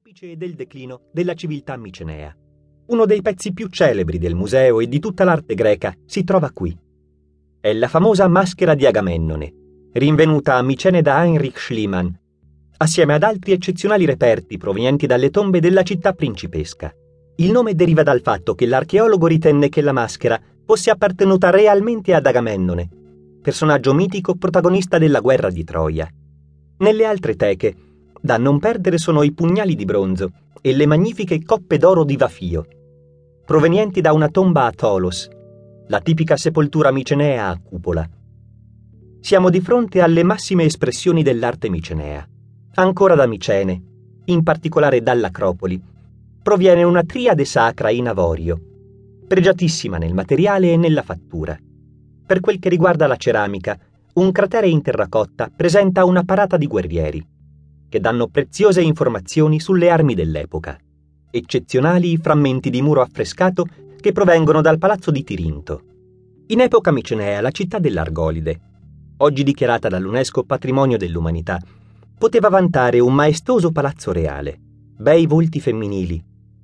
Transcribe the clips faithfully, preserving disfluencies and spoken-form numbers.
dell'apice e del declino della civiltà micenea. Uno dei pezzi più celebri del museo e di tutta l'arte greca si trova qui. È la famosa maschera di Agamennone, rinvenuta a Micene da Heinrich Schliemann, assieme ad altri eccezionali reperti provenienti dalle tombe della città principesca. Il nome deriva dal fatto che l'archeologo ritenne che la maschera fosse appartenuta realmente ad Agamennone, personaggio mitico protagonista della guerra di Troia. Nelle altre teche, da non perdere sono i pugnali di bronzo e le magnifiche coppe d'oro di Vafio, provenienti da una tomba a Tholos, la tipica sepoltura micenea a cupola. Siamo di fronte alle massime espressioni dell'arte micenea. Ancora da Micene, in particolare dall'Acropoli, proviene una triade sacra in avorio, pregiatissima nel materiale e nella fattura. Per quel che riguarda la ceramica, un cratere in terracotta presenta una parata di guerrieri, che danno preziose informazioni sulle armi dell'epoca. Eccezionali i frammenti di muro affrescato che provengono dal palazzo di Tirinto. In epoca micenea la città dell'Argolide, oggi dichiarata dall'UNESCO Patrimonio dell'Umanità, poteva vantare un maestoso palazzo reale, bei volti femminili,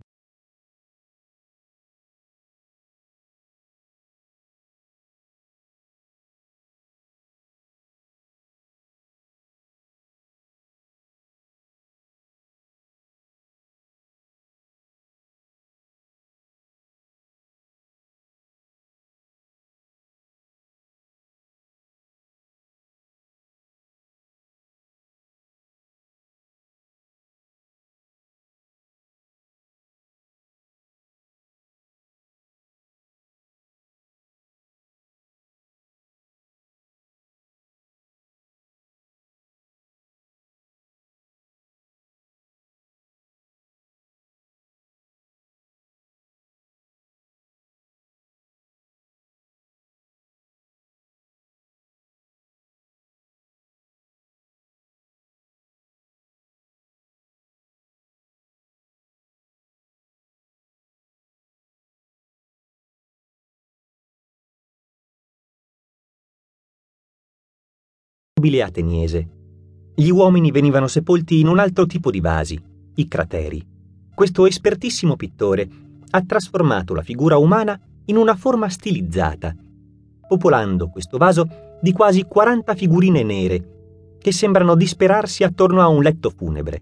ateniese. Gli uomini venivano sepolti in un altro tipo di vasi, i crateri. Questo espertissimo pittore ha trasformato la figura umana in una forma stilizzata, popolando questo vaso di quasi quaranta figurine nere che sembrano disperarsi attorno a un letto funebre.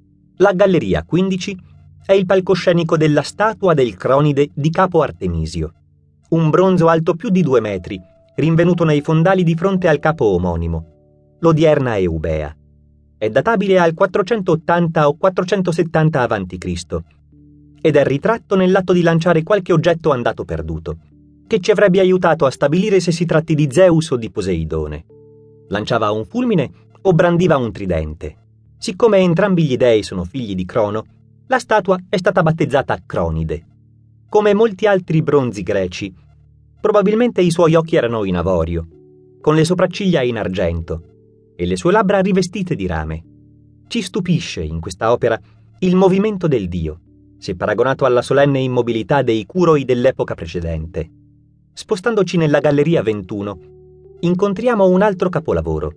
La galleria quindici è il palcoscenico della statua del Cronide di Capo Artemisio, un bronzo alto più di due metri, rinvenuto nei fondali di fronte al capo omonimo, l'odierna Eubea. È databile al quattrocentottanta o quattrocentosettanta avanti Cristo ed è ritratto nell'atto di lanciare qualche oggetto andato perduto, che ci avrebbe aiutato a stabilire se si tratti di Zeus o di Poseidone. Lanciava un fulmine o brandiva un tridente. Siccome entrambi gli dei sono figli di Crono, la statua è stata battezzata Cronide. Come molti altri bronzi greci, probabilmente i suoi occhi erano in avorio, con le sopracciglia in argento e le sue labbra rivestite di rame. Ci stupisce in questa opera il movimento del dio, se paragonato alla solenne immobilità dei curoi dell'epoca precedente. Spostandoci nella galleria ventuno, incontriamo un altro capolavoro,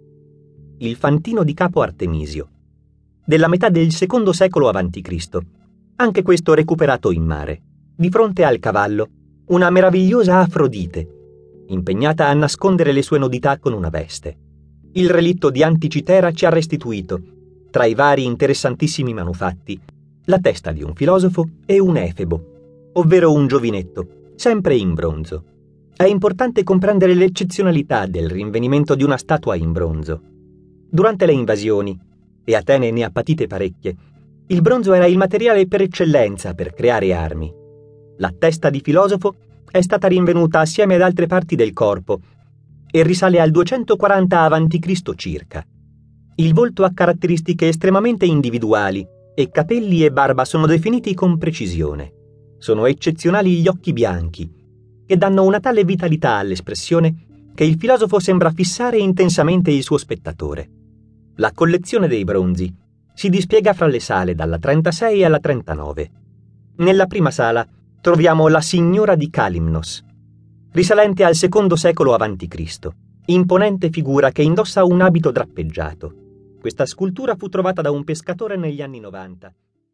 il Fantino di Capo Artemisio, della metà del secondo secolo avanti Cristo, anche questo recuperato in mare. Di fronte al cavallo, una meravigliosa Afrodite, impegnata a nascondere le sue nudità con una veste. Il relitto di Anticitera ci ha restituito, tra i vari interessantissimi manufatti, la testa di un filosofo e un efebo, ovvero un giovinetto, sempre in bronzo. È importante comprendere l'eccezionalità del rinvenimento di una statua in bronzo. Durante le invasioni, e Atene ne ha patite parecchie, il bronzo era il materiale per eccellenza per creare armi. La testa di filosofo è stata rinvenuta assieme ad altre parti del corpo e risale al duecentoquaranta avanti Cristo circa. Il volto ha caratteristiche estremamente individuali e capelli e barba sono definiti con precisione. Sono eccezionali gli occhi bianchi, che danno una tale vitalità all'espressione che il filosofo sembra fissare intensamente il suo spettatore. La collezione dei bronzi si dispiega fra le sale dalla trentasei alla trentanove. Nella prima sala troviamo la Signora di Kalimnos, risalente al secondo secolo avanti Cristo, imponente figura che indossa un abito drappeggiato. Questa scultura fu trovata da un pescatore negli anni novanta.